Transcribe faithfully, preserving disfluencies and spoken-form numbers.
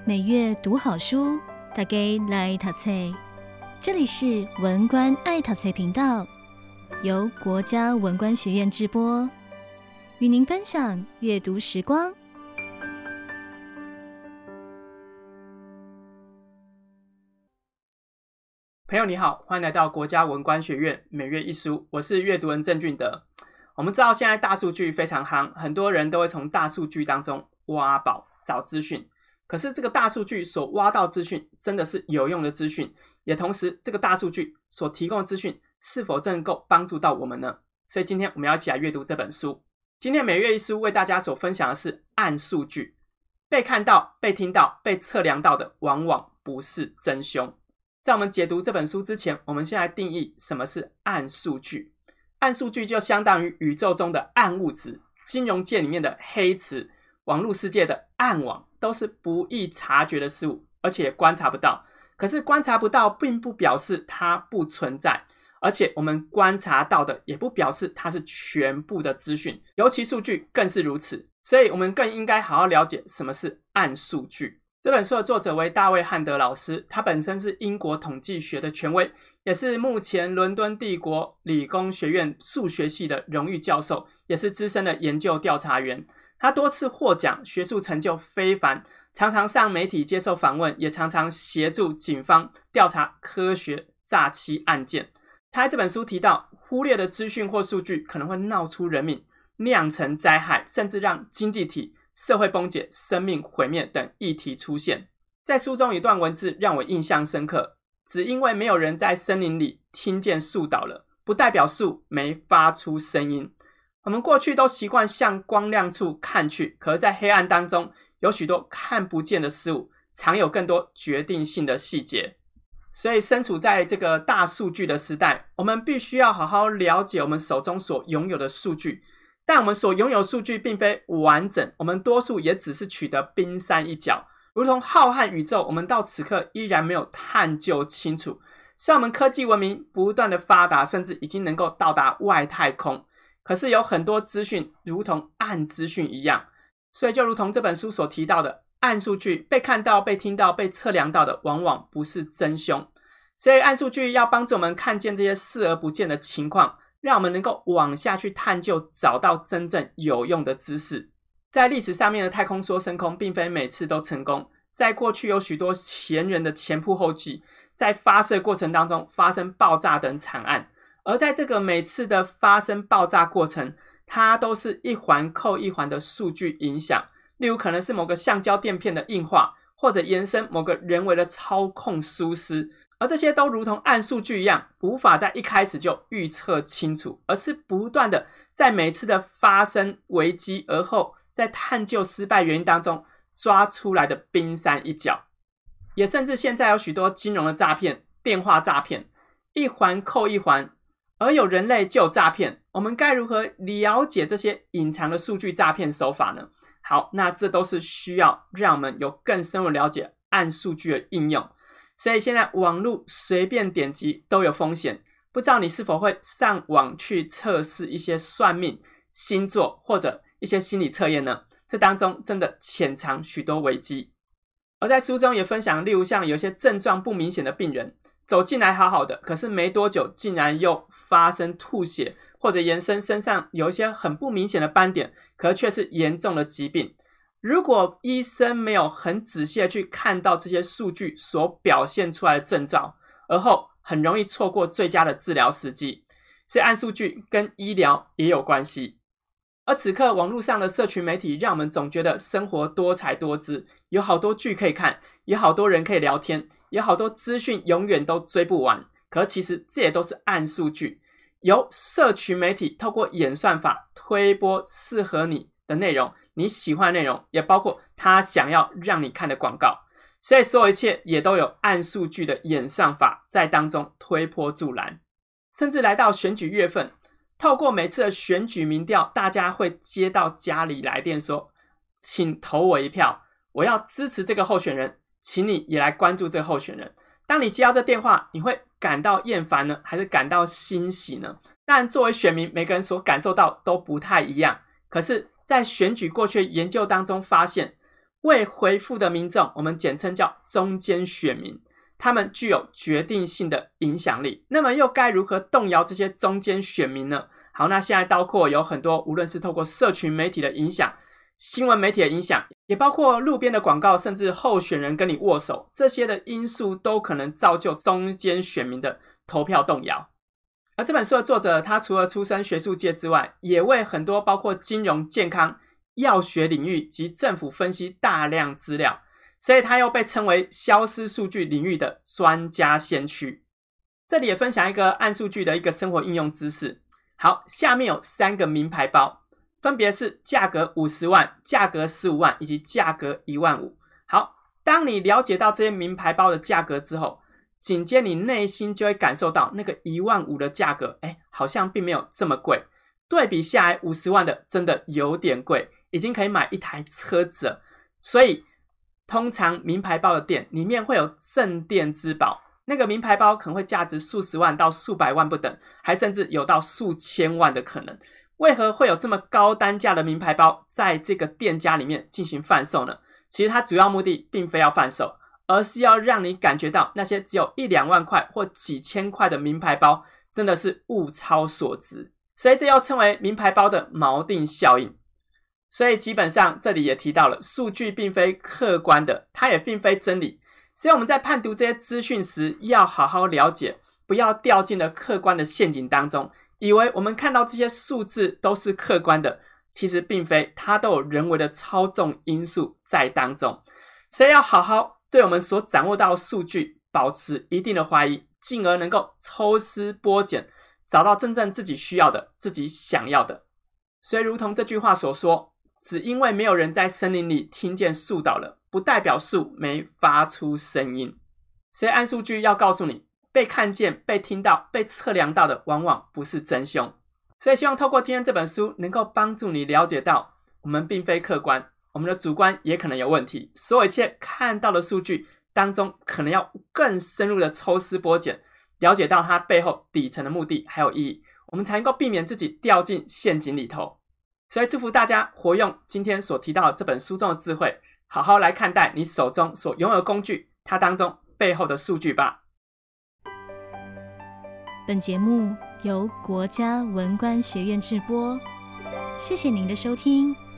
每月读好书，大家来读册。这里是文官爱读册频道，由国家文官学院制播，与您分享阅读时光。 朋友你好，欢迎来到国家文官学院每月一书，我是阅读人郑俊德。我们知道现在大数据非常夯，很多人都会从大数据当中挖宝找资讯。可是这个大数据所挖到资讯真的是有用的资讯，也同时这个大数据所提供的资讯是否真能够帮助到我们呢？所以今天我们要一起来阅读这本书。今天每月一书为大家所分享的是暗数据，被看到、被听到、被测量到的往往不是真凶。在我们解读这本书之前，我们先来定义什么是暗数据。暗数据就相当于宇宙中的暗物质，金融界里面的黑池，网络世界的暗网，都是不易察觉的事物，而且观察不到。可是观察不到并不表示它不存在，而且我们观察到的也不表示它是全部的资讯，尤其数据更是如此。所以我们更应该好好了解什么是暗数据。这本书的作者为大卫汉德老师，他本身是英国统计学的权威，也是目前伦敦帝国理工学院数学系的荣誉教授，也是资深的研究调查员。他多次获奖，学术成就非凡，常常上媒体接受访问，也常常协助警方调查科学诈欺案件。他在这本书提到，忽略的资讯或数据可能会闹出人命，酿成灾害，甚至让经济体、社会崩解、生命毁灭等议题出现。在书中有一段文字让我印象深刻，只因为没有人在森林里听见树倒了，不代表树没发出声音。我们过去都习惯向光亮处看去，可是在黑暗当中有许多看不见的事物，藏有更多决定性的细节。所以身处在这个大数据的时代，我们必须要好好了解我们手中所拥有的数据。但我们所拥有的数据并非完整，我们多数也只是取得冰山一角。如同浩瀚宇宙，我们到此刻依然没有探究清楚。虽然我们科技文明不断的发达，甚至已经能够到达外太空，可是有很多资讯如同暗资讯一样，所以就如同这本书所提到的，暗数据被看到、被听到、被测量到的往往不是真凶。所以暗数据要帮助我们看见这些视而不见的情况，让我们能够往下去探究，找到真正有用的知识。在历史上面的太空梭升空并非每次都成功，在过去有许多前人的前仆后继，在发射过程当中发生爆炸等惨案。而在这个每次的发生爆炸过程，它都是一环扣一环的数据影响，例如可能是某个橡胶垫片的硬化，或者延伸某个人为的操控疏失，而这些都如同暗数据一样，无法在一开始就预测清楚，而是不断的在每次的发生危机而后，在探究失败原因当中抓出来的冰山一角。也甚至现在有许多金融的诈骗、电话诈骗，一环扣一环，而有人类就有诈骗。我们该如何了解这些隐藏的数据诈骗手法呢？好，那这都是需要让我们有更深入了解暗数据的应用。所以现在网络随便点击都有风险，不知道你是否会上网去测试一些算命、星座或者一些心理测验呢？这当中真的潜藏许多危机。而在书中也分享，例如像有些症状不明显的病人走进来好好的，可是没多久竟然又发生吐血，或者延伸身上有一些很不明显的斑点，可却是严重的疾病。如果医生没有很仔细的去看到这些数据所表现出来的症状，而后很容易错过最佳的治疗时机。所以暗数据跟医疗也有关系。而此刻网络上的社群媒体让我们总觉得生活多彩多姿，有好多剧可以看，有好多人可以聊天，有好多资讯永远都追不完。可其实这也都是暗数据，由社群媒体透过演算法推播适合你的内容，你喜欢的内容，也包括他想要让你看的广告。所以所有一切也都有暗数据的演算法在当中推波助澜。甚至来到选举月份，透过每次的选举民调，大家会接到家里来电说，请投我一票，我要支持这个候选人，请你也来关注这个候选人。当你接到这电话，你会感到厌烦呢，还是感到欣喜呢？当然作为选民，每个人所感受到都不太一样。可是在选举过去的研究当中发现， 未回复的民众，我们简称叫中间选民，他们具有决定性的影响力。那么又该如何动摇这些中间选民呢？好，那现在包括有很多，无论是透过社群媒体的影响、新闻媒体的影响，也包括路边的广告，甚至候选人跟你握手，这些的因素都可能造就中间选民的投票动摇。而这本书的作者，他除了出身学术界之外，也为很多包括金融、健康、药学领域及政府分析大量资料，所以他又被称为消失数据领域的专家先驱。这里也分享一个暗数据的一个生活应用知识。好，下面有三个名牌包，分别是价格五十万、价格十五万以及价格一万五。好，当你了解到这些名牌包的价格之后，紧接你内心就会感受到那个一万五的价格，哎，好像并没有这么贵。对比下来五十万的真的有点贵，已经可以买一台车子了。所以通常名牌包的店里面会有镇店之宝，那个名牌包可能会价值数十万到数百万不等，还甚至有到数千万的可能。为何会有这么高单价的名牌包在这个店家里面进行贩售呢？其实它主要目的并非要贩售，而是要让你感觉到那些只有一两万块或几千块的名牌包真的是物超所值，所以这又称为名牌包的锚定效应。所以基本上这里也提到了，数据并非客观的，它也并非真理，所以我们在判读这些资讯时要好好了解，不要掉进了客观的陷阱当中，以为我们看到这些数字都是客观的，其实并非，它都有人为的操纵因素在当中。所以要好好对我们所掌握到的数据保持一定的怀疑，进而能够抽丝剥茧，找到真正自己需要的、自己想要的。所以如同这句话所说，只因为没有人在森林里听见树倒了，不代表树没发出声音。所以暗数据要告诉你，被看见、被听到、被测量到的往往不是真凶。所以希望透过今天这本书能够帮助你了解到，我们并非客观，我们的主观也可能有问题，所有一切看到的数据当中可能要更深入的抽丝剥茧，了解到它背后底层的目的还有意义，我们才能够避免自己掉进陷阱里头。所以祝福大家活用今天所提到的这本书中的智慧，好好来看待你手中所拥有的工具，它当中背后的数据吧。 本节目由国家文官学院制播，谢谢您的收听。